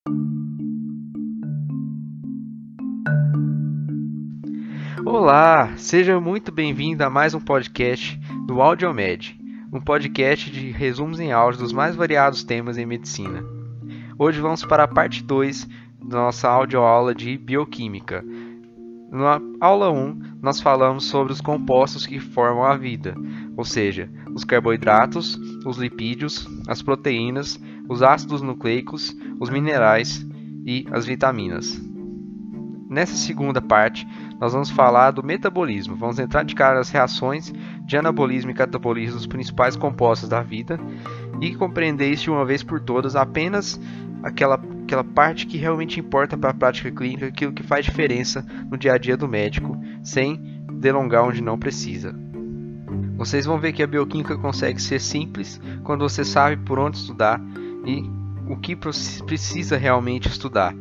Olá, seja muito bem-vindo a mais um podcast do Audiomed, um podcast de resumos em áudio dos mais variados temas em medicina. Hoje vamos para a parte 2 da nossa audioaula de bioquímica. Na aula 1, nós falamos sobre os compostos que formam a vida, ou seja, os carboidratos, os lipídios, as proteínas, os ácidos nucleicos, os minerais e as vitaminas. Nessa segunda parte, nós vamos falar do metabolismo. Vamos entrar de cara nas reações de anabolismo e catabolismo dos principais compostos da vida e compreender isso de uma vez por todas, apenas aquela parte que realmente importa para a prática clínica, aquilo que faz diferença no dia a dia do médico, sem delongar onde não precisa. Vocês vão ver que a bioquímica consegue ser simples quando você sabe por onde estudar e o que precisa realmente estudar.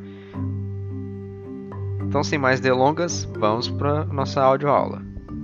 Então, sem mais delongas, vamos para a nossa audioaula.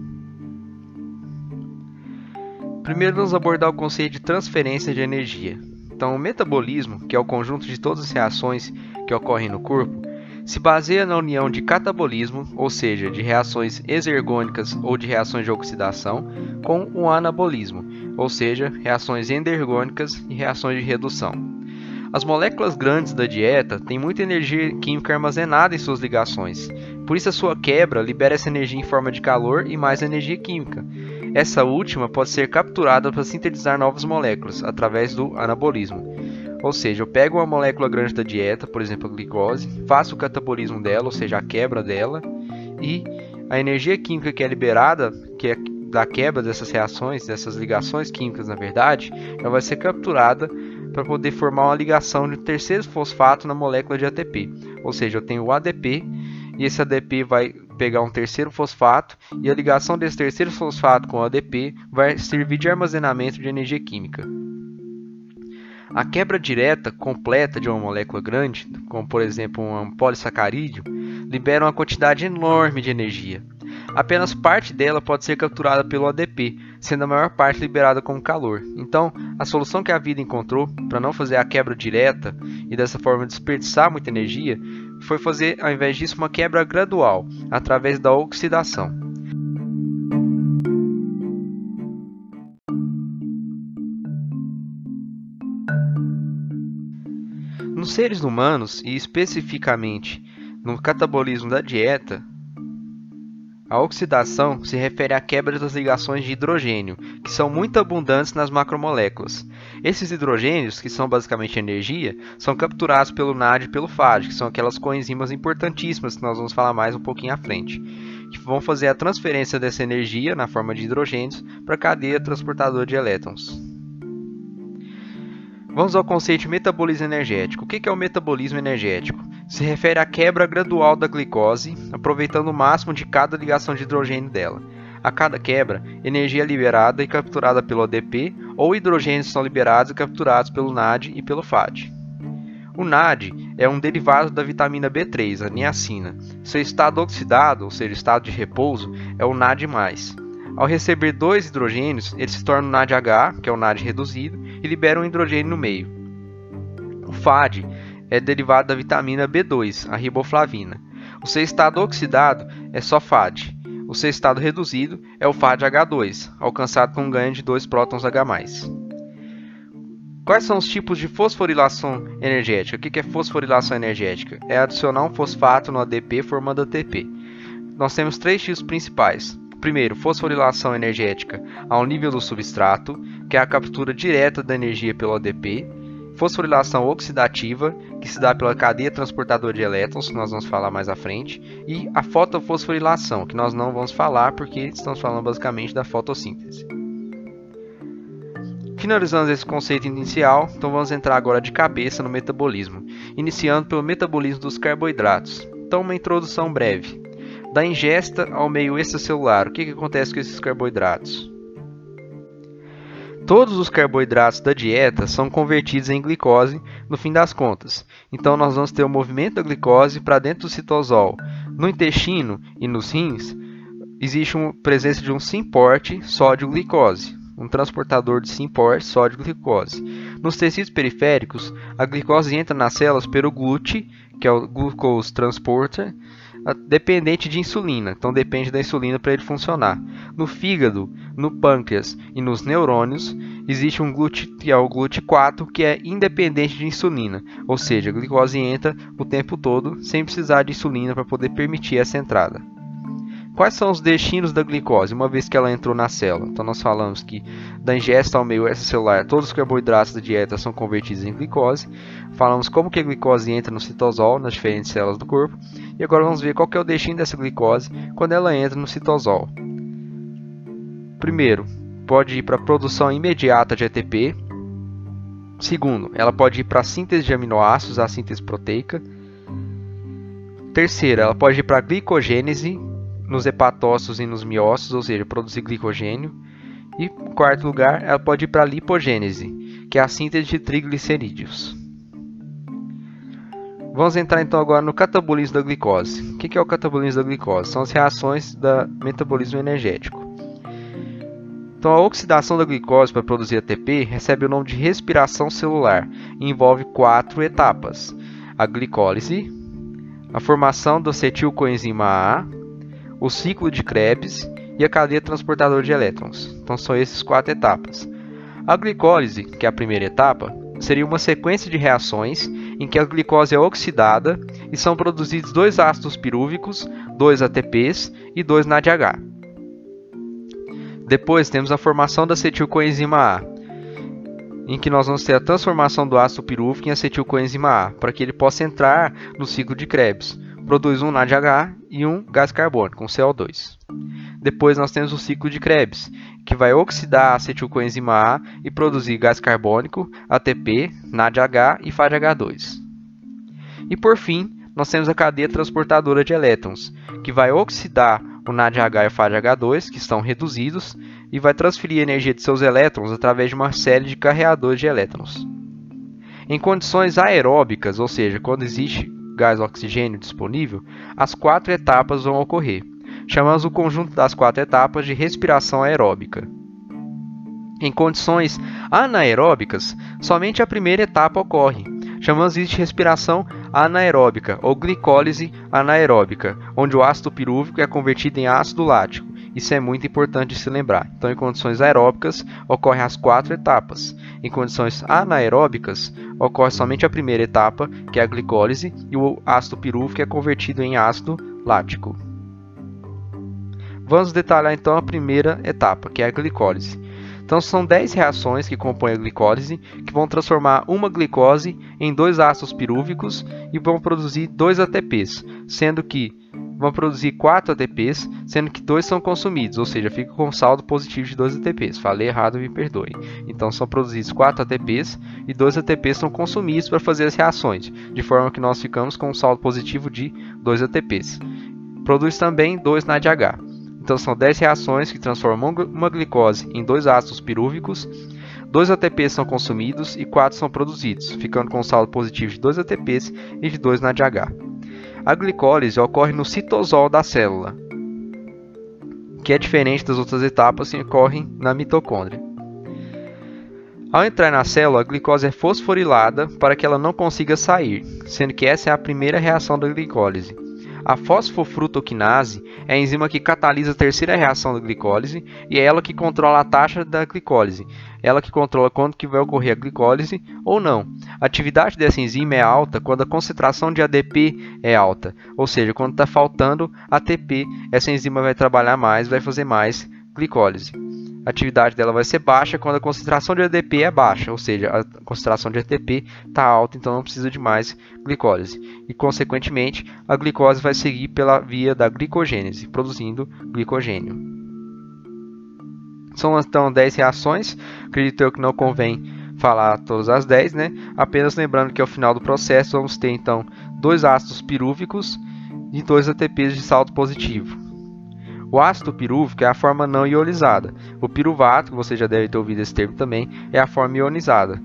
Primeiro, vamos abordar o conceito de transferência de energia. Então, o metabolismo, que é o conjunto de todas as reações que ocorrem no corpo, se baseia na união de catabolismo, ou seja, de reações exergônicas ou de reações de oxidação, com o anabolismo, ou seja, reações endergônicas e reações de redução. As moléculas grandes da dieta têm muita energia química armazenada em suas ligações, por isso a sua quebra libera essa energia em forma de calor e mais energia química. Essa última pode ser capturada para sintetizar novas moléculas, através do anabolismo. Ou seja, eu pego uma molécula grande da dieta, por exemplo a glicose, faço o catabolismo dela, ou seja, a quebra dela, e a energia química que é liberada, que é da quebra dessas reações, dessas ligações químicas na verdade, ela vai ser capturada para poder formar uma ligação de terceiro fosfato na molécula de ATP. Ou seja, eu tenho o ADP e esse ADP vai pegar um terceiro fosfato e a ligação desse terceiro fosfato com o ADP vai servir de armazenamento de energia química. A quebra direta completa de uma molécula grande, como por exemplo um polissacarídeo, libera uma quantidade enorme de energia. Apenas parte dela pode ser capturada pelo ADP, sendo a maior parte liberada como calor. Então, a solução que a vida encontrou para não fazer a quebra direta e dessa forma desperdiçar muita energia foi fazer, ao invés disso, uma quebra gradual, através da oxidação. Nos seres humanos, e especificamente no catabolismo da dieta, a oxidação se refere à quebra das ligações de hidrogênio, que são muito abundantes nas macromoléculas. Esses hidrogênios, que são basicamente energia, são capturados pelo NAD e pelo FAD, que são aquelas coenzimas importantíssimas que nós vamos falar mais um pouquinho à frente, que vão fazer a transferência dessa energia na forma de hidrogênios para a cadeia transportadora de elétrons. Vamos ao conceito de metabolismo energético. O que é o metabolismo energético? Se refere à quebra gradual da glicose, aproveitando o máximo de cada ligação de hidrogênio dela. A cada quebra, energia é liberada e capturada pelo ADP, ou hidrogênios são liberados e capturados pelo NAD e pelo FAD. O NAD é um derivado da vitamina B3, a niacina. Seu estado oxidado, ou seja, estado de repouso, é o NAD+. Ao receber dois hidrogênios, ele se torna o NADH, que é o NAD reduzido, e libera um hidrogênio no meio. O FAD é derivado da vitamina B2, a riboflavina. O seu estado oxidado é só FAD. O seu estado reduzido é o FADH2, alcançado com um ganho de 2 prótons H+. Quais são os tipos de fosforilação energética? O que é fosforilação energética? É adicionar um fosfato no ADP formando ATP. Nós temos 3 tipos principais. Primeiro, fosforilação energética ao nível do substrato, que é a captura direta da energia pelo ADP. Fosforilação oxidativa, que se dá pela cadeia transportadora de elétrons, que nós vamos falar mais à frente. E a fotofosforilação, que nós não vamos falar porque estamos falando basicamente da fotossíntese. Finalizando esse conceito inicial, então vamos entrar agora de cabeça no metabolismo, iniciando pelo metabolismo dos carboidratos. Então, uma introdução breve. Da ingesta ao meio extracelular, o que acontece com esses carboidratos? Todos os carboidratos da dieta são convertidos em glicose no fim das contas. Então nós vamos ter o movimento da glicose para dentro do citosol. No intestino e nos rins, existe uma presença de um SYMPORT sódio-glicose, um transportador de SYMPORT sódio-glicose. Nos tecidos periféricos, a glicose entra nas células pelo GLUT, que é o Glucose Transporter, dependente de insulina, então depende da insulina para ele funcionar. No fígado, no pâncreas e nos neurônios, existe um GLUT, que é o GLUT4, que é independente de insulina, ou seja, a glicose entra o tempo todo sem precisar de insulina para poder permitir essa entrada. Quais são os destinos da glicose, uma vez que ela entrou na célula? Então nós falamos que da ingesta ao meio extracelular, todos os carboidratos da dieta são convertidos em glicose. Falamos como que a glicose entra no citosol, nas diferentes células do corpo. E agora vamos ver qual que é o destino dessa glicose quando ela entra no citosol. Primeiro, pode ir para a produção imediata de ATP. Segundo, ela pode ir para a síntese de aminoácidos, a síntese proteica. Terceiro, ela pode ir para a glicogênese, nos hepatócitos e nos miócitos, ou seja, produzir glicogênio. E, em quarto lugar, ela pode ir para a lipogênese, que é a síntese de triglicerídeos. Vamos entrar então agora no catabolismo da glicose. O que é o catabolismo da glicose? São as reações do metabolismo energético. Então, a oxidação da glicose para produzir ATP recebe o nome de respiração celular e envolve 4 etapas: a glicólise, a formação do acetilcoenzima A, o ciclo de Krebs e a cadeia transportadora de elétrons. Então são essas 4 etapas. A glicólise, que é a primeira etapa, seria uma sequência de reações em que a glicose é oxidada e são produzidos 2 ácidos pirúvicos, 2 ATPs e 2 NADH. Depois temos a formação da acetilcoenzima A, em que nós vamos ter a transformação do ácido pirúvico em acetilcoenzima A, para que ele possa entrar no ciclo de Krebs. Produz um NADH e um gás carbônico, um CO2. Depois nós temos o ciclo de Krebs, que vai oxidar a acetilcoenzima A e produzir gás carbônico, ATP, NADH e FADH2. E por fim, nós temos a cadeia transportadora de elétrons, que vai oxidar o NADH e o FADH2, que estão reduzidos, e vai transferir a energia de seus elétrons através de uma série de carreadores de elétrons. Em condições aeróbicas, ou seja, quando existe gás oxigênio disponível, as 4 etapas vão ocorrer. Chamamos o conjunto das 4 etapas de respiração aeróbica. Em condições anaeróbicas, somente a primeira etapa ocorre. Chamamos isso de respiração anaeróbica ou glicólise anaeróbica, onde o ácido pirúvico é convertido em ácido lático. Isso é muito importante de se lembrar. Então, em condições aeróbicas, ocorrem as 4 etapas. Em condições anaeróbicas, ocorre somente a primeira etapa, que é a glicólise, e o ácido pirúvico é convertido em ácido lático. Vamos detalhar então a primeira etapa, que é a glicólise. Então, são 10 reações que compõem a glicólise, que vão transformar uma glicose em 2 ácidos pirúvicos e vão produzir 2 ATPs, sendo que vão produzir 4 ATPs, sendo que 2 são consumidos, ou seja, fica com saldo positivo de 2 ATPs. Falei errado, me perdoe. Então, são produzidos 4 ATPs e 2 ATPs são consumidos para fazer as reações, de forma que nós ficamos com um saldo positivo de 2 ATPs. Produz também 2 NADH. Então, são 10 reações que transformam uma glicose em 2 ácidos pirúvicos, 2 ATPs são consumidos e 4 são produzidos, ficando com um saldo positivo de 2 ATPs e de 2 NADH. A glicólise ocorre no citosol da célula, que é diferente das outras etapas que ocorrem na mitocôndria. Ao entrar na célula, a glicose é fosforilada para que ela não consiga sair, sendo que essa é a primeira reação da glicólise. A fosfofrutoquinase é a enzima que catalisa a terceira reação da glicólise e é ela que controla a taxa da glicólise. Ela que controla quando que vai ocorrer a glicólise ou não. A atividade dessa enzima é alta quando a concentração de ADP é alta, ou seja, quando está faltando ATP, essa enzima vai trabalhar mais, vai fazer mais glicólise. A atividade dela vai ser baixa quando a concentração de ADP é baixa, ou seja, a concentração de ATP está alta, então não precisa de mais glicólise. E, consequentemente, a glicose vai seguir pela via da glicogênese, produzindo glicogênio. São então 10 reações, acredito eu que não convém falar todas as 10, né? Apenas lembrando que ao final do processo vamos ter então 2 ácidos pirúvicos e 2 ATPs de saldo positivo. O ácido pirúvico é a forma não ionizada. O piruvato, que você já deve ter ouvido esse termo também, é a forma ionizada.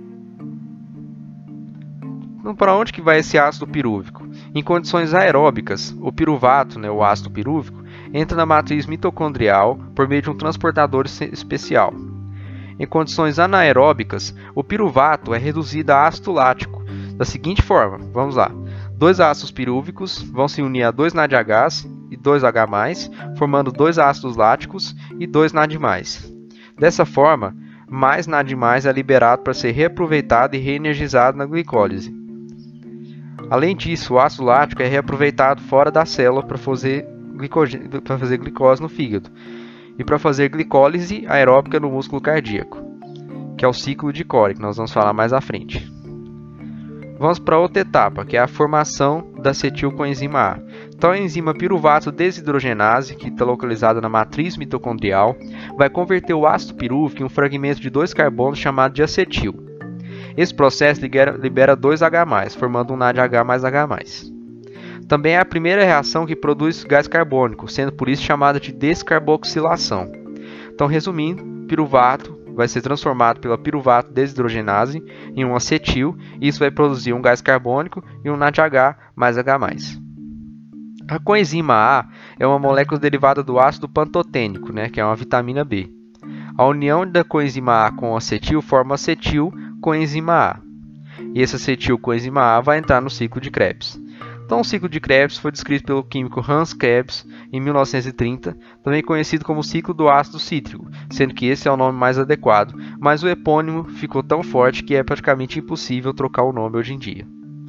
Então, para onde que vai esse ácido pirúvico? Em condições aeróbicas, o piruvato, o ácido pirúvico, entra na matriz mitocondrial por meio de um transportador especial. Em condições anaeróbicas, o piruvato é reduzido a ácido lático da seguinte forma, vamos lá. 2 ácidos pirúvicos vão se unir a 2 NADHs e 2 H+, formando 2 ácidos láticos e 2 NAD+. Dessa forma, mais NAD+ é liberado para ser reaproveitado e reenergizado na glicólise. Além disso, o ácido lático é reaproveitado fora da célula para fazer glicose no fígado e para fazer glicólise aeróbica no músculo cardíaco, que é o ciclo de Cori, que nós vamos falar mais à frente. Vamos para outra etapa, que é a formação da acetilcoenzima A. Então, a enzima piruvato desidrogenase, que está localizada na matriz mitocondrial, vai converter o ácido pirúvico em um fragmento de 2 carbonos chamado de acetil. Esse processo libera 2 H+, formando um NADH mais H+. Também é a primeira reação que produz gás carbônico, sendo por isso chamada de descarboxilação. Então, resumindo, piruvato vai ser transformado pela piruvato desidrogenase em um acetil, e isso vai produzir um gás carbônico e um NADH mais H+. A coenzima A é uma molécula derivada do ácido pantotênico, que é uma vitamina B. A união da coenzima A com o acetil forma acetilcoenzima A. E esse acetilcoenzima A vai entrar no ciclo de Krebs. Então, o ciclo de Krebs foi descrito pelo químico Hans Krebs em 1930, também conhecido como ciclo do ácido cítrico, sendo que esse é o nome mais adequado, mas o epônimo ficou tão forte que é praticamente impossível trocar o nome hoje em dia.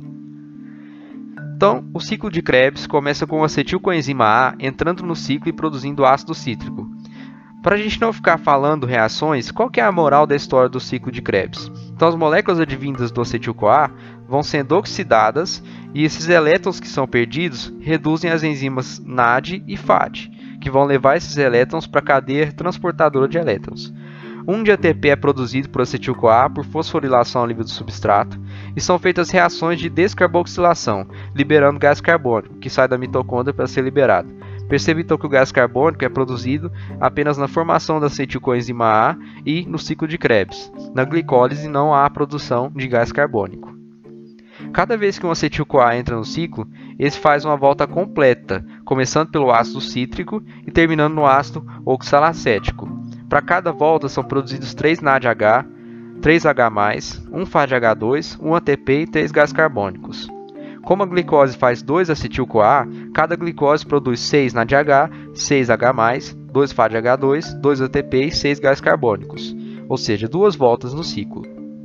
Então, o ciclo de Krebs começa com o acetilcoenzima A entrando no ciclo e produzindo ácido cítrico. Para a gente não ficar falando reações, qual que é a moral da história do ciclo de Krebs? Então, as moléculas advindas do acetil-CoA vão sendo oxidadas e esses elétrons que são perdidos reduzem as enzimas NAD e FAD, que vão levar esses elétrons para a cadeia transportadora de elétrons. 1 de ATP é produzido por acetil-CoA por fosforilação ao nível do substrato e são feitas reações de descarboxilação, liberando gás carbônico, que sai da mitocôndria para ser liberado. Perceba então que o gás carbônico é produzido apenas na formação da acetilcoenzima A e no ciclo de Krebs. Na glicólise não há produção de gás carbônico. Cada vez que um acetil-CoA entra no ciclo, esse faz uma volta completa, começando pelo ácido cítrico e terminando no ácido oxalacético. Para cada volta são produzidos 3 NADH, 3 H+, 1 FADH2, 1 ATP e 3 gás carbônicos. Como a glicose faz 2 acetil-CoA, cada glicose produz 6 NADH, 6 H+, 2 FADH2, 2 ATP e 6 gás carbônicos, ou seja, 2 voltas no ciclo.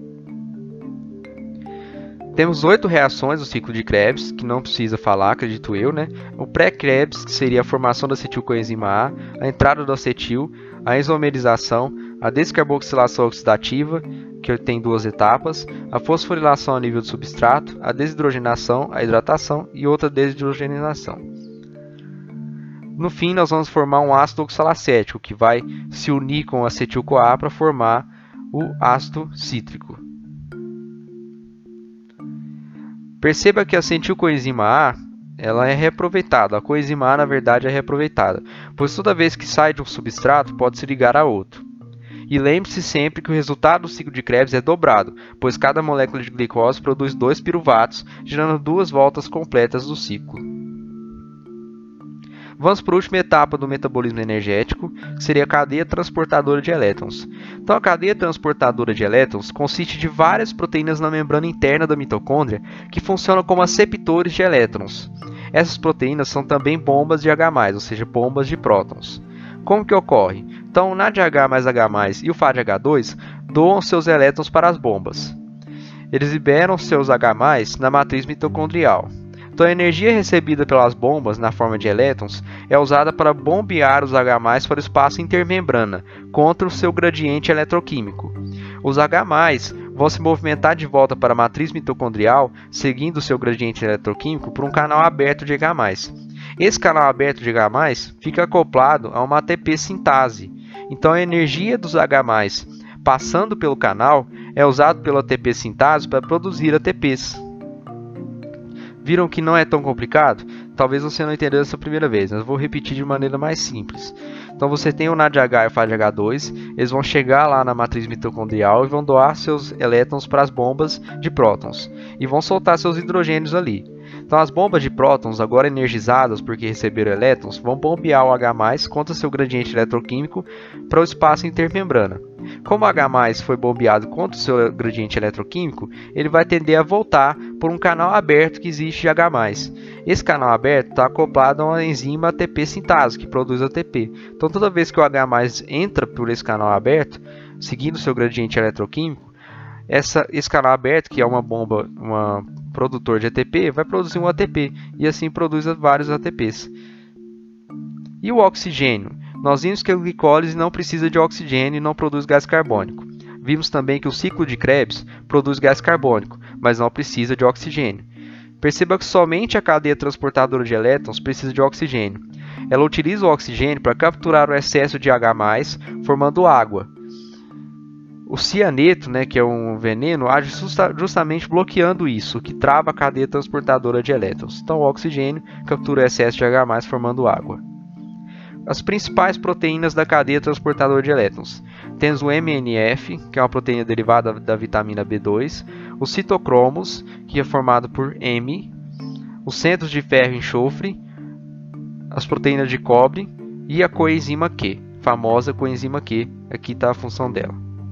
Temos 8 reações do ciclo de Krebs, que não precisa falar, acredito eu, O pré-Krebs, que seria a formação da acetilcoenzima A, a entrada do acetil, a isomerização, a descarboxilação oxidativa, que tem 2 etapas, a fosforilação a nível do substrato, a desidrogenação, a hidratação e outra desidrogenação. No fim, nós vamos formar um ácido oxalacético, que vai se unir com o acetil-CoA para formar o ácido cítrico. Perceba que a acetilcoenzima A ela é reaproveitada. A coenzima A, na verdade, é reaproveitada, pois toda vez que sai de um substrato, pode se ligar a outro. E lembre-se sempre que o resultado do ciclo de Krebs é dobrado, pois cada molécula de glicose produz 2 piruvatos, gerando 2 voltas completas do ciclo. Vamos para a última etapa do metabolismo energético, que seria a cadeia transportadora de elétrons. Então, a cadeia transportadora de elétrons consiste de várias proteínas na membrana interna da mitocôndria que funcionam como aceptores de elétrons. Essas proteínas são também bombas de H+, ou seja, bombas de prótons. Como que ocorre? Então, o NADH mais H+, e o FADH2 doam seus elétrons para as bombas. Eles liberam seus H+, na matriz mitocondrial. Então, a energia recebida pelas bombas na forma de elétrons é usada para bombear os H+ para o espaço intermembrana, contra o seu gradiente eletroquímico. Os H+ vão se movimentar de volta para a matriz mitocondrial, seguindo o seu gradiente eletroquímico por um canal aberto de H+. Esse canal aberto de H+ fica acoplado a uma ATP sintase. Então, a energia dos H+, passando pelo canal, é usada pela ATP sintase para produzir ATPs. Viram que não é tão complicado? Talvez você não entendeu essa primeira vez, mas eu vou repetir de maneira mais simples. Então você tem o NADH e o FADH2, eles vão chegar lá na matriz mitocondrial e vão doar seus elétrons para as bombas de prótons. E vão soltar seus hidrogênios ali. Então as bombas de prótons, agora energizadas porque receberam elétrons, vão bombear o H+ contra seu gradiente eletroquímico para o espaço intermembrana. Como o H+ foi bombeado contra o seu gradiente eletroquímico, ele vai tender a voltar por um canal aberto que existe de H+. Esse canal aberto está acoplado a uma enzima ATP sintase, que produz ATP. Então toda vez que o H+ entra por esse canal aberto, seguindo seu gradiente eletroquímico, esse canal aberto, que é uma bomba, produtor de ATP, vai produzir um ATP e assim produz vários ATPs. E o oxigênio? Nós vimos que a glicólise não precisa de oxigênio e não produz gás carbônico. Vimos também que o ciclo de Krebs produz gás carbônico, mas não precisa de oxigênio. Perceba que somente a cadeia transportadora de elétrons precisa de oxigênio. Ela utiliza o oxigênio para capturar o excesso de H+, formando água. O cianeto, que é um veneno, age justamente bloqueando isso, que trava a cadeia transportadora de elétrons. Então, o oxigênio captura o excesso de H+, formando água. As principais proteínas da cadeia transportadora de elétrons. Temos o MNF, que é uma proteína derivada da vitamina B2, os citocromos, que é formado por M, os centros de ferro e enxofre, as proteínas de cobre e a coenzima Q, famosa coenzima Q, aqui está a função dela.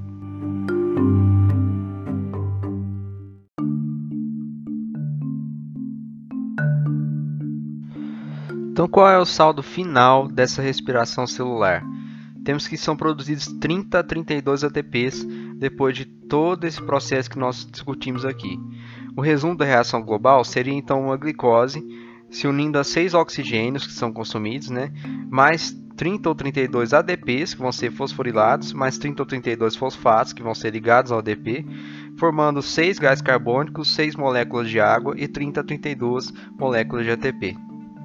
Então, qual é o saldo final dessa respiração celular? Temos que são produzidos 30 a 32 ATPs depois de todo esse processo que nós discutimos aqui. O resumo da reação global seria então uma glicose se unindo a 6 oxigênios que são consumidos, mais 30 ou 32 ADPs que vão ser fosforilados, mais 30 ou 32 fosfatos que vão ser ligados ao ADP, formando 6 gás carbônicos, 6 moléculas de água e 30 a 32 moléculas de ATP.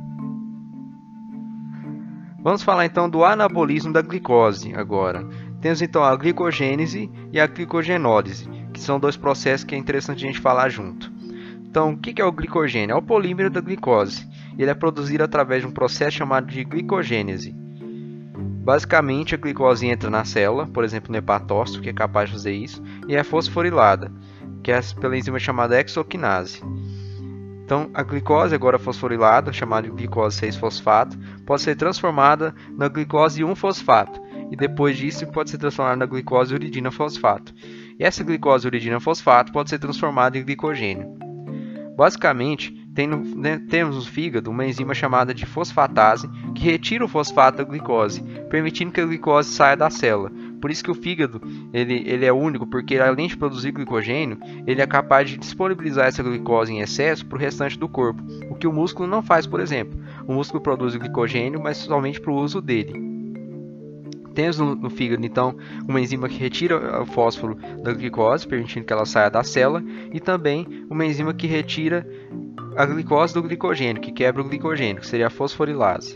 Vamos falar então do anabolismo da glicose agora. Temos então a glicogênese e a glicogenólise, que são dois processos que é interessante a gente falar junto. Então, o que é o glicogênio? É o polímero da glicose. Ele é produzido através de um processo chamado de glicogênese. Basicamente, a glicose entra na célula, por exemplo, no hepatócito, que é capaz de fazer isso, e é fosforilada, que é pela enzima chamada hexoquinase. Então, a glicose agora fosforilada, chamada de glicose 6-fosfato, pode ser transformada na glicose 1-fosfato, e depois disso pode ser transformada na glicose uridina-fosfato. E essa glicose uridina-fosfato pode ser transformada em glicogênio. Basicamente, temos no fígado uma enzima chamada de fosfatase, que retira o fosfato da glicose, permitindo que a glicose saia da célula. Por isso que o fígado ele é único, porque além de produzir glicogênio, ele é capaz de disponibilizar essa glicose em excesso para o restante do corpo, o que o músculo não faz, por exemplo. O músculo produz glicogênio, mas somente para o uso dele. Temos no fígado, então, uma enzima que retira o fósforo da glicose, permitindo que ela saia da célula, e também uma enzima que retira a glicose do glicogênio, que quebra o glicogênio, que seria a fosforilase.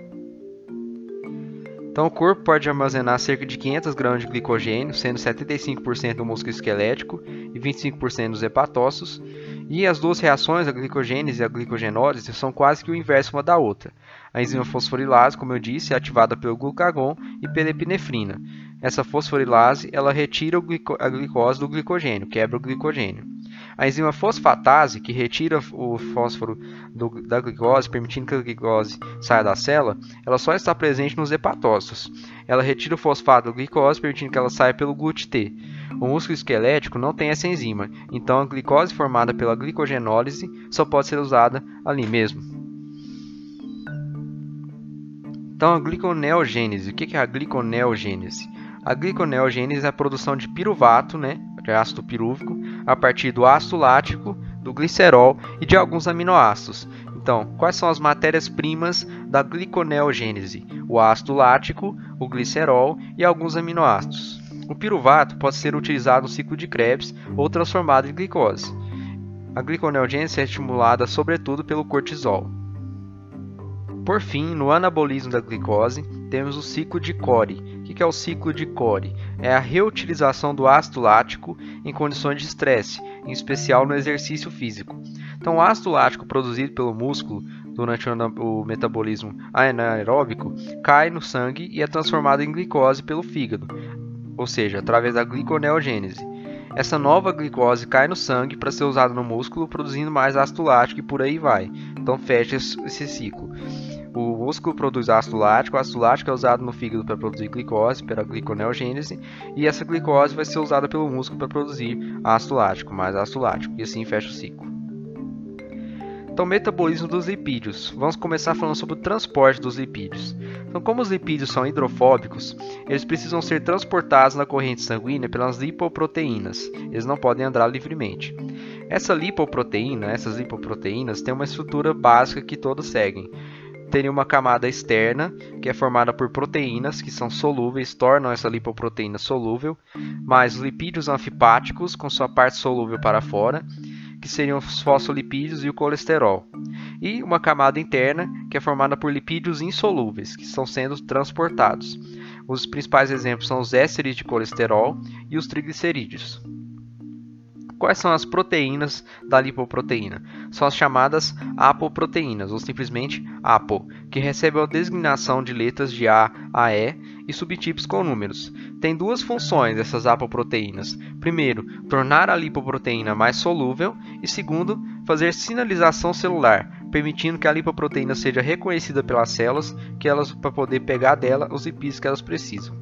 Então, o corpo pode armazenar cerca de 500 gramas de glicogênio, sendo 75% no músculo esquelético e 25% nos hepatócitos. E as duas reações, a glicogênese e a glicogenólise, são quase que o inverso uma da outra. A enzima fosforilase, como eu disse, é ativada pelo glucagon e pela epinefrina. Essa fosforilase ela retira a glicose do glicogênio, quebra o glicogênio. A enzima fosfatase, que retira o fósforo da glicose, permitindo que a glicose saia da célula, ela só está presente nos hepatócitos. Ela retira o fosfato da glicose, permitindo que ela saia pelo GUT-T. O músculo esquelético não tem essa enzima, então a glicose formada pela glicogenólise só pode ser usada ali mesmo. Então, a gliconeogênese. O que é a gliconeogênese? A gliconeogênese é a produção de piruvato, de ácido pirúvico, a partir do ácido lático, do glicerol e de alguns aminoácidos. Então, quais são as matérias-primas da gliconeogênese? O ácido lático, o glicerol e alguns aminoácidos. O piruvato pode ser utilizado no ciclo de Krebs ou transformado em glicose. A gliconeogênese é estimulada sobretudo pelo cortisol. Por fim, no anabolismo da glicose, temos o ciclo de Cori. O que é o ciclo de Cori? É a reutilização do ácido lático em condições de estresse, em especial no exercício físico. Então, o ácido lático produzido pelo músculo durante o metabolismo anaeróbico cai no sangue e é transformado em glicose pelo fígado, ou seja, através da gliconeogênese. essa nova glicose cai no sangue para ser usada no músculo, produzindo mais ácido lático e por aí vai. Então fecha esse ciclo. O músculo produz ácido lático, o ácido lático é usado no fígado para produzir glicose, pela gliconeogênese, e essa glicose vai ser usada pelo músculo para produzir ácido lático, mais ácido lático, e assim fecha o ciclo. Então, metabolismo dos lipídios. Vamos começar falando sobre o transporte dos lipídios. Então, como os lipídios são hidrofóbicos, eles precisam ser transportados na corrente sanguínea pelas lipoproteínas. Eles não podem andar livremente. Essas lipoproteínas têm uma estrutura básica que todos seguem. Tem uma camada externa, que é formada por proteínas que são solúveis, tornam essa lipoproteína solúvel, mais os lipídios anfipáticos, com sua parte solúvel para fora, que seriam os fosfolipídios e o colesterol. E uma camada interna, que é formada por lipídios insolúveis, que estão sendo transportados. Os principais exemplos são os ésteres de colesterol e os triglicerídeos. Quais são as proteínas da lipoproteína? São as chamadas apoproteínas, ou simplesmente APO, que recebem a designação de letras de A a E e subtipos com números. Tem duas funções essas apoproteínas. Primeiro, tornar a lipoproteína mais solúvel e segundo, fazer sinalização celular, permitindo que a lipoproteína seja reconhecida pelas células para poder pegar dela os lipídios que elas precisam.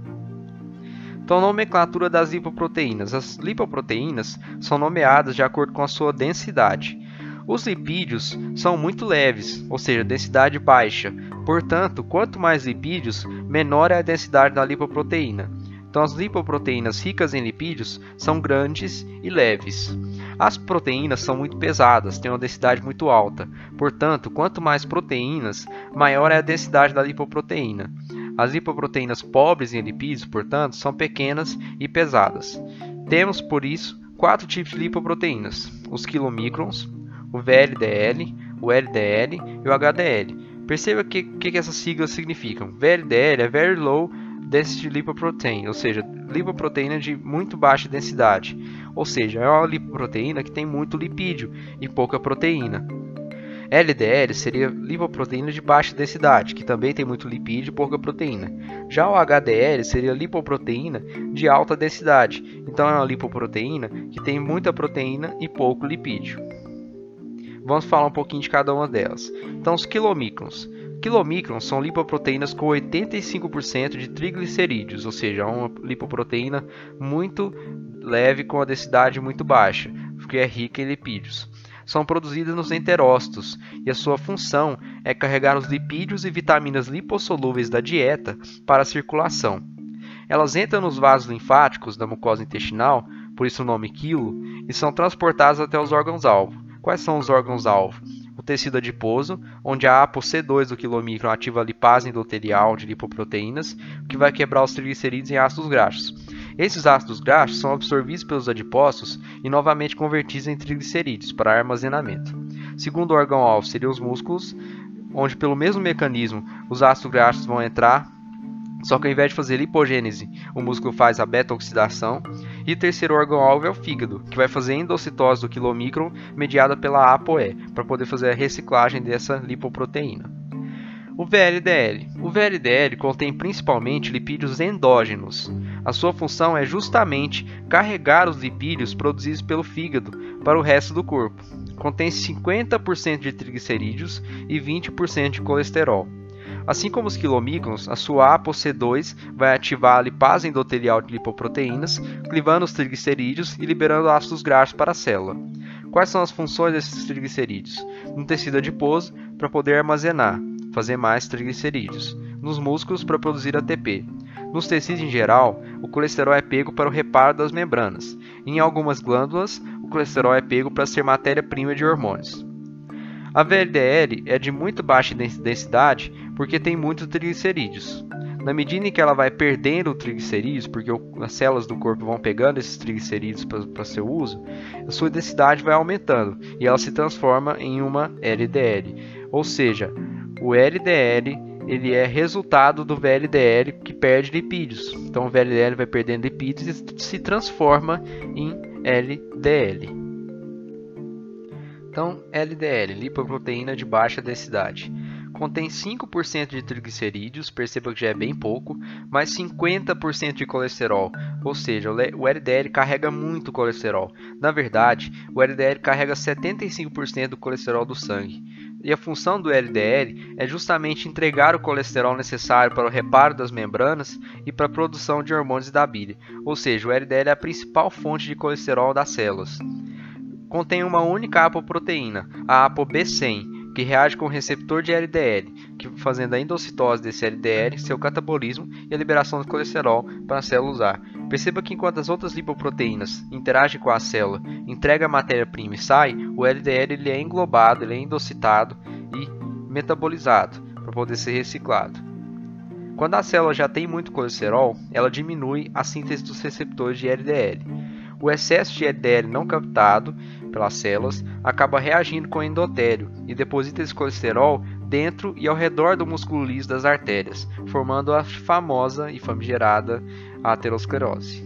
Então, nomenclatura das lipoproteínas. As lipoproteínas são nomeadas de acordo com a sua densidade. Os lipídios são muito leves, ou seja, densidade baixa. Portanto, quanto mais lipídios, menor é a densidade da lipoproteína. Então, as lipoproteínas ricas em lipídios são grandes e leves. As proteínas são muito pesadas, têm uma densidade muito alta. Portanto, quanto mais proteínas, maior é a densidade da lipoproteína. As lipoproteínas pobres em lipídios, portanto, são pequenas e pesadas. Temos, por isso, 4 tipos de lipoproteínas: os quilomicrons, o VLDL, o LDL e o HDL. Perceba o que essas siglas significam. VLDL é Very Low Density Lipoprotein, ou seja, lipoproteína de muito baixa densidade. Ou seja, é uma lipoproteína que tem muito lipídio e pouca proteína. LDL seria lipoproteína de baixa densidade, que também tem muito lipídio e pouca proteína. Já o HDL seria lipoproteína de alta densidade, então é uma lipoproteína que tem muita proteína e pouco lipídio. Vamos falar um pouquinho de cada uma delas. Então, os quilomicrons. Quilomicrons são lipoproteínas com 85% de triglicerídeos, ou seja, uma lipoproteína muito leve com a densidade muito baixa, porque é rica em lipídios. São produzidas nos enterócitos e a sua função é carregar os lipídios e vitaminas lipossolúveis da dieta para a circulação. Elas entram nos vasos linfáticos da mucosa intestinal, por isso o nome quilo, e são transportadas até os órgãos-alvo. Quais são os órgãos-alvo? O tecido adiposo, onde a ApoC2 do quilomicron ativa a lipase endotelial de lipoproteínas, que vai quebrar os triglicerídeos em ácidos graxos. Esses ácidos graxos são absorvidos pelos adipócitos e novamente convertidos em triglicerídeos para armazenamento. Segundo órgão-alvo seriam os músculos, onde pelo mesmo mecanismo os ácidos graxos vão entrar, só que ao invés de fazer lipogênese, o músculo faz a beta-oxidação. E o terceiro órgão-alvo é o fígado, que vai fazer a endocitose do quilomicron mediada pela ApoE, para poder fazer a reciclagem dessa lipoproteína. O VLDL. O VLDL contém principalmente lipídios endógenos. A sua função é justamente carregar os lipídios produzidos pelo fígado para o resto do corpo. Contém 50% de triglicerídeos e 20% de colesterol. Assim como os quilomicrons, a sua ApoC2 vai ativar a lipase endotelial de lipoproteínas, clivando os triglicerídeos e liberando ácidos graxos para a célula. Quais são as funções desses triglicerídeos? No tecido adiposo, para poder armazenar, fazer mais triglicerídeos. Nos músculos, para produzir ATP. Nos tecidos em geral, o colesterol é pego para o reparo das membranas. Em algumas glândulas, o colesterol é pego para ser matéria-prima de hormônios. A VLDL é de muito baixa densidade porque tem muitos triglicerídeos. Na medida em que ela vai perdendo triglicerídeos, porque as células do corpo vão pegando esses triglicerídeos para seu uso, a sua densidade vai aumentando e ela se transforma em uma LDL. Ou seja, o LDL ele é resultado do VLDL que perde lipídios. Então o VLDL vai perdendo lipídios e se transforma em LDL. Então, LDL, lipoproteína de baixa densidade. contém 5% de triglicerídeos, perceba que já é bem pouco, mas 50% de colesterol, ou seja, o LDL carrega muito colesterol. Na verdade, o LDL carrega 75% do colesterol do sangue. E a função do LDL é justamente entregar o colesterol necessário para o reparo das membranas e para a produção de hormônios da bile. Ou seja, o LDL é a principal fonte de colesterol das células. Contém uma única apoproteína, a ApoB100, que reage com o receptor de LDL, que fazendo a endocitose desse LDL, seu catabolismo e a liberação de colesterol para a célula usar. Perceba que enquanto as outras lipoproteínas interagem com a célula, entrega a matéria-prima e sai, o LDL ele é englobado, ele é endocitado e metabolizado para poder ser reciclado. Quando a célula já tem muito colesterol, ela diminui a síntese dos receptores de LDL. O excesso de LDL não captado pelas células acaba reagindo com o endotélio e deposita esse colesterol dentro e ao redor do músculo liso das artérias, formando a famosa e famigerada aterosclerose.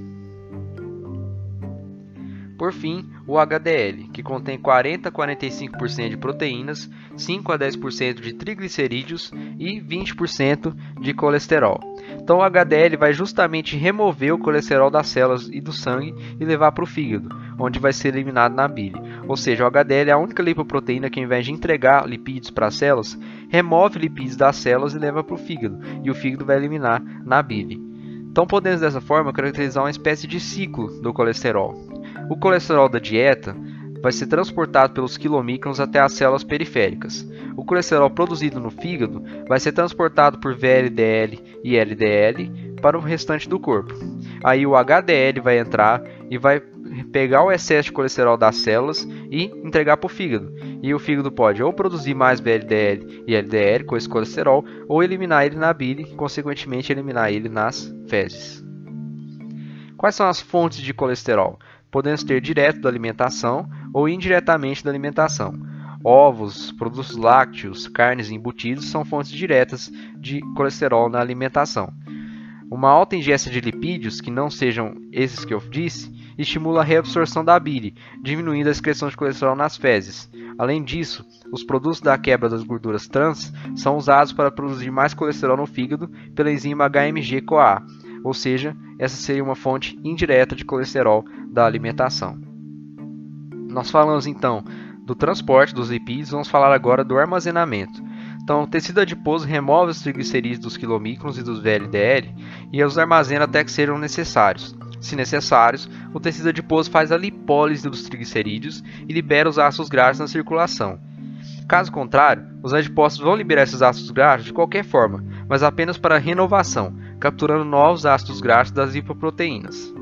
Por fim, o HDL, que contém 40 a 45% de proteínas, 5 a 10% de triglicerídeos e 20% de colesterol. Então o HDL vai justamente remover o colesterol das células e do sangue e levar para o fígado, onde vai ser eliminado na bile. Ou seja, o HDL é a única lipoproteína que, ao invés de entregar lipídios para as células, remove lipídios das células e leva para o fígado, e o fígado vai eliminar na bile. Então podemos dessa forma caracterizar uma espécie de ciclo do colesterol. O colesterol da dieta vai ser transportado pelos quilomicrons até as células periféricas. O colesterol produzido no fígado vai ser transportado por VLDL e LDL para o restante do corpo. Aí o HDL vai entrar e vai pegar o excesso de colesterol das células e entregar para o fígado. E o fígado pode ou produzir mais VLDL e LDL com esse colesterol, ou eliminar ele na bile e, consequentemente, eliminar ele nas fezes. Quais são as fontes de colesterol? Podemos ter direto da alimentação ou indiretamente da alimentação. Ovos, produtos lácteos, carnes e embutidos são fontes diretas de colesterol na alimentação. Uma alta ingesta de lipídios, que não sejam esses que eu disse, estimula a reabsorção da bile, diminuindo a excreção de colesterol nas fezes. Além disso, os produtos da quebra das gorduras trans são usados para produzir mais colesterol no fígado pela enzima HMG-CoA, ou seja, essa seria uma fonte indireta de colesterol da alimentação. Nós falamos então do transporte dos lipídios, vamos falar agora do armazenamento. Então, o tecido adiposo remove os triglicerídeos dos quilomicrons e dos VLDL e os armazena até que sejam necessários. Se necessários, o tecido adiposo faz a lipólise dos triglicerídeos e libera os ácidos graxos na circulação. Caso contrário, os adipócitos vão liberar esses ácidos graxos de qualquer forma, mas apenas para renovação, capturando novos ácidos graxos das lipoproteínas.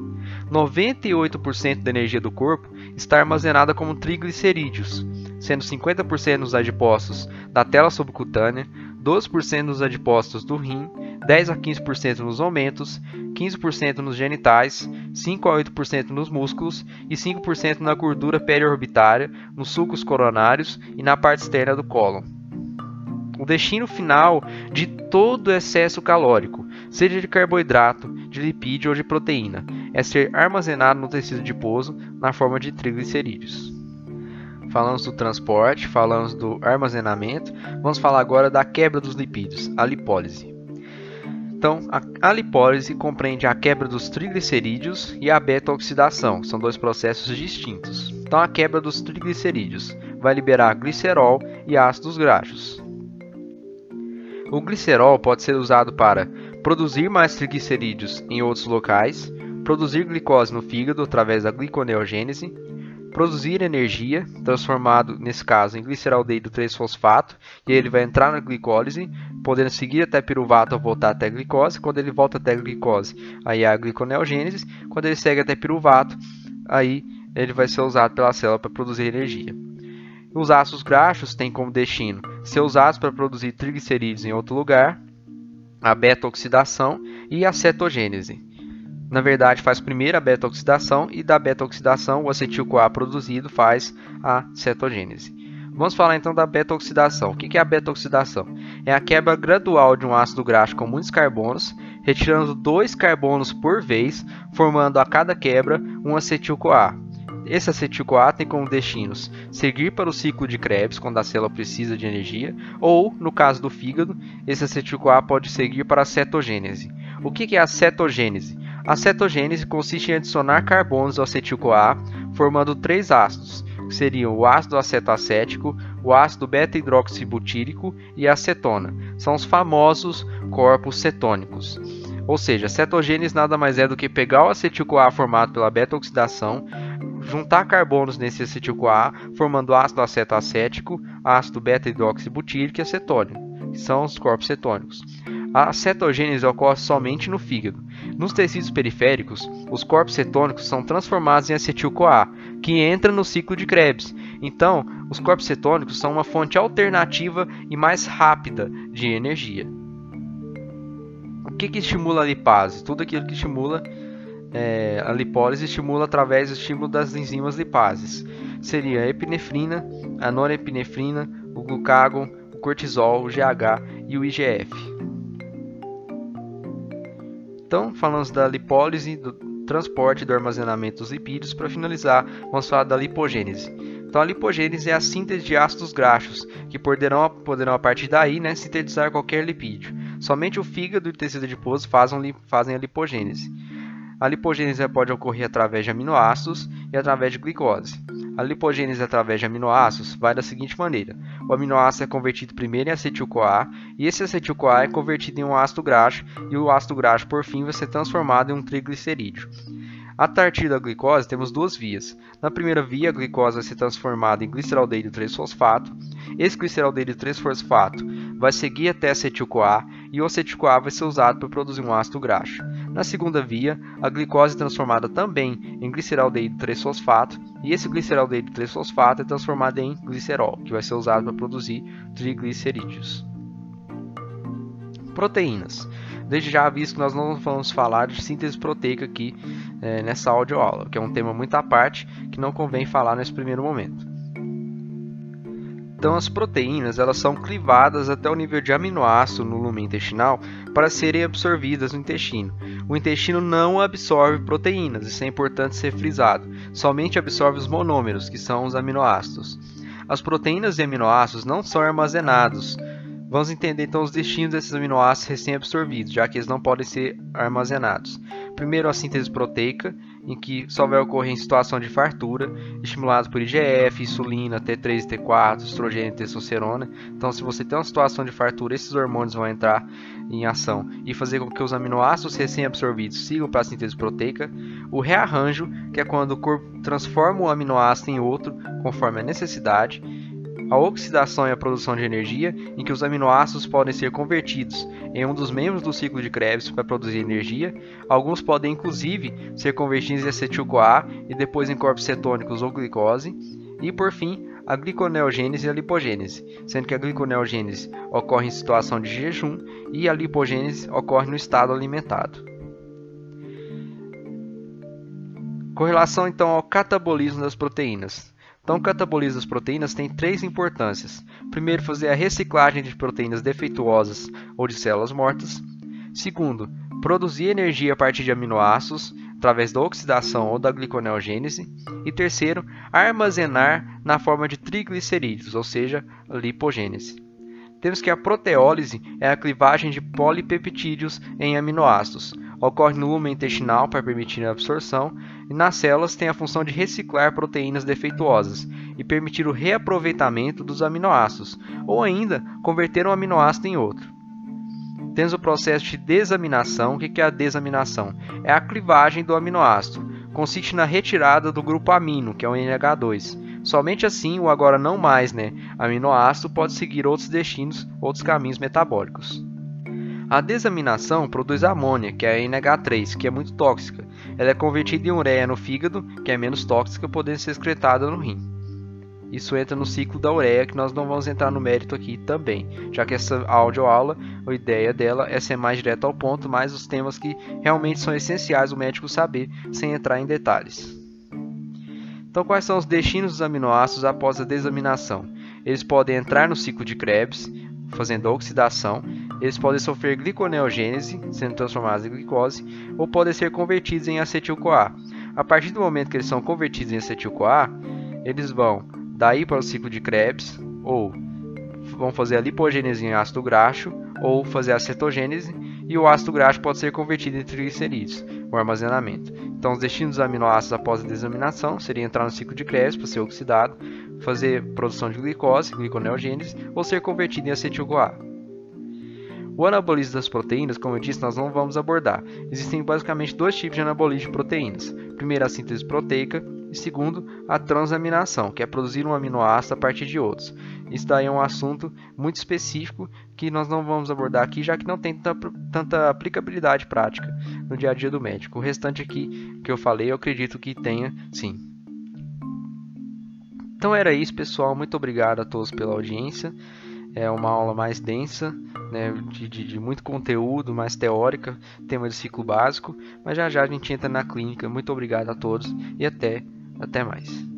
98% da energia do corpo está armazenada como triglicerídeos, sendo 50% nos adipócitos da tela subcutânea, 12% nos adipócitos do rim, 10 a 15% nos omentos, 15% nos genitais, 5 a 8% nos músculos e 5% na gordura periorbitária, nos sulcos coronários e na parte externa do cólon. O destino final de todo o excesso calórico, seja de carboidrato, de lipídio ou de proteína, é ser armazenado no tecido adiposo na forma de triglicerídeos. Falamos do transporte, falamos do armazenamento, vamos falar agora da quebra dos lipídios, a lipólise. Então, a lipólise compreende a quebra dos triglicerídeos e a beta-oxidação, são dois processos distintos. Então, a quebra dos triglicerídeos vai liberar glicerol e ácidos graxos. O glicerol pode ser usado para produzir mais triglicerídeos em outros locais, produzir glicose no fígado através da gliconeogênese, produzir energia, transformado nesse caso em gliceraldeído 3-fosfato, e ele vai entrar na glicólise, podendo seguir até piruvato ou voltar até a glicose. Quando ele volta até a glicose, aí é a gliconeogênese. Quando ele segue até piruvato, aí ele vai ser usado pela célula para produzir energia. Os ácidos graxos têm como destino ser usados para produzir triglicerídeos em outro lugar, a beta-oxidação e a cetogênese. Na verdade, faz primeiro a beta-oxidação e da beta-oxidação o acetil-CoA produzido faz a cetogênese. Vamos falar então da beta-oxidação. O que é a beta-oxidação? É a quebra gradual de um ácido graxo com muitos carbonos, retirando 2 carbonos por vez, formando a cada quebra um acetil-CoA. Esse acetil-CoA tem como destinos seguir para o ciclo de Krebs, quando a célula precisa de energia, ou, no caso do fígado, esse acetil-CoA pode seguir para a cetogênese. O que é a cetogênese? A cetogênese consiste em adicionar carbonos ao acetil-CoA, formando 3 ácidos, que seriam o ácido acetoacético, o ácido beta-hidroxibutírico e a acetona. São os famosos corpos cetônicos. Ou seja, a cetogênese nada mais é do que pegar o acetil-CoA formado pela beta-oxidação, juntar carbonos nesse acetil-CoA, formando ácido acetoacético, ácido beta-hidroxibutírico e acetônico, que são os corpos cetônicos. A cetogênese ocorre somente no fígado. Nos tecidos periféricos, os corpos cetônicos são transformados em acetil-CoA, que entra no ciclo de Krebs. Então, os corpos cetônicos são uma fonte alternativa e mais rápida de energia. O que estimula a lipase? Tudo aquilo que estimula a lipólise estimula através do estímulo das enzimas lipases. Seria a epinefrina, a norepinefrina, o glucagon, o cortisol, o GH e o IGF. Então, falamos da lipólise, do transporte e do armazenamento dos lipídios. Para finalizar, vamos falar da lipogênese. Então, a lipogênese é a síntese de ácidos graxos, que poderão a partir daí sintetizar qualquer lipídio. Somente o fígado e o tecido adiposo fazem a lipogênese. A lipogênese pode ocorrer através de aminoácidos e através de glicose. A lipogênese através de aminoácidos vai da seguinte maneira: o aminoácido é convertido primeiro em acetil-CoA, e esse acetil-CoA é convertido em um ácido graxo, e o ácido graxo, por fim, vai ser transformado em um triglicerídeo. A partir da glicose, temos duas vias. Na primeira via, a glicose vai ser transformada em gliceraldeído 3-fosfato. Esse gliceraldeído 3-fosfato vai seguir até acetil-CoA, e o acetil-CoA vai ser usado para produzir um ácido graxo. Na segunda via, a glicose é transformada também em gliceraldeído 3-fosfato, e esse gliceraldeído 3-fosfato é transformado em glicerol, que vai ser usado para produzir triglicerídeos. Proteínas. Desde já aviso que nós não vamos falar de síntese proteica aqui nessa audioaula, que é um tema muito à parte que não convém falar nesse primeiro momento. Então, as proteínas elas são clivadas até o nível de aminoácido no lumen intestinal para serem absorvidas no intestino. O intestino não absorve proteínas, isso é importante ser frisado. Somente absorve os monômeros, que são os aminoácidos. As proteínas e aminoácidos não são armazenados. Vamos entender então os destinos desses aminoácidos recém-absorvidos, já que eles não podem ser armazenados. Primeiro, a síntese proteica, em que só vai ocorrer em situação de fartura, estimulado por IGF, insulina, T3 e T4, estrogênio e testosterona. Então, se você tem uma situação de fartura, esses hormônios vão entrar em ação e fazer com que os aminoácidos recém-absorvidos sigam para a síntese proteica. O rearranjo, que é quando o corpo transforma o aminoácido em outro, conforme a necessidade. A oxidação e a produção de energia, em que os aminoácidos podem ser convertidos em um dos membros do ciclo de Krebs para produzir energia. Alguns podem, inclusive, ser convertidos em acetil-CoA e depois em corpos cetônicos ou glicose. E, por fim, a gliconeogênese e a lipogênese, sendo que a gliconeogênese ocorre em situação de jejum e a lipogênese ocorre no estado alimentado. Com relação, então, ao catabolismo das proteínas. Então, o catabolismo das proteínas tem 3 importâncias. Primeiro, fazer a reciclagem de proteínas defeituosas ou de células mortas. Segundo, produzir energia a partir de aminoácidos, através da oxidação ou da gliconeogênese. E terceiro, armazenar na forma de triglicerídeos, ou seja, a lipogênese. Temos que a proteólise é a clivagem de polipeptídeos em aminoácidos. Ocorre no lumen intestinal para permitir a absorção e nas células tem a função de reciclar proteínas defeituosas e permitir o reaproveitamento dos aminoácidos, ou ainda converter um aminoácido em outro. Temos o processo de desaminação. O que é a desaminação? É a clivagem do aminoácido. Consiste na retirada do grupo amino, que é o NH2. Somente assim, o agora não mais, aminoácido pode seguir outros destinos, outros caminhos metabólicos. A desaminação produz amônia, que é a NH3, que é muito tóxica. Ela é convertida em ureia no fígado, que é menos tóxica, podendo ser excretada no rim. Isso entra no ciclo da ureia, que nós não vamos entrar no mérito aqui também, já que essa audioaula, a ideia dela é ser mais direto ao ponto, mas os temas que realmente são essenciais o médico saber, sem entrar em detalhes. Então, quais são os destinos dos aminoácidos após a desaminação? Eles podem entrar no ciclo de Krebs, fazendo a oxidação. Eles podem sofrer gliconeogênese, sendo transformados em glicose, ou podem ser convertidos em acetil-CoA. A partir do momento que eles são convertidos em acetil-CoA, eles vão daí para o ciclo de Krebs, ou vão fazer a lipogênese em ácido graxo, ou fazer a cetogênese, e o ácido graxo pode ser convertido em triglicerídeos, o armazenamento. Então, os destinos dos aminoácidos após a desaminação seria entrar no ciclo de Krebs para ser oxidado, fazer produção de glicose, gliconeogênese, ou ser convertido em acetil-CoA. O anabolismo das proteínas, como eu disse, nós não vamos abordar. Existem basicamente dois tipos de anabolismo de proteínas. Primeiro, a síntese proteica, e segundo, a transaminação, que é produzir um aminoácido a partir de outros. Isso daí é um assunto muito específico que nós não vamos abordar aqui, já que não tem tanta aplicabilidade prática no dia a dia do médico. O restante aqui que eu falei, eu acredito que tenha sim. Então era isso, pessoal. Muito obrigado a todos pela audiência. É uma aula mais densa, né, de muito conteúdo, mais teórica, tema de ciclo básico, mas já já a gente entra na clínica. Muito obrigado a todos e até mais.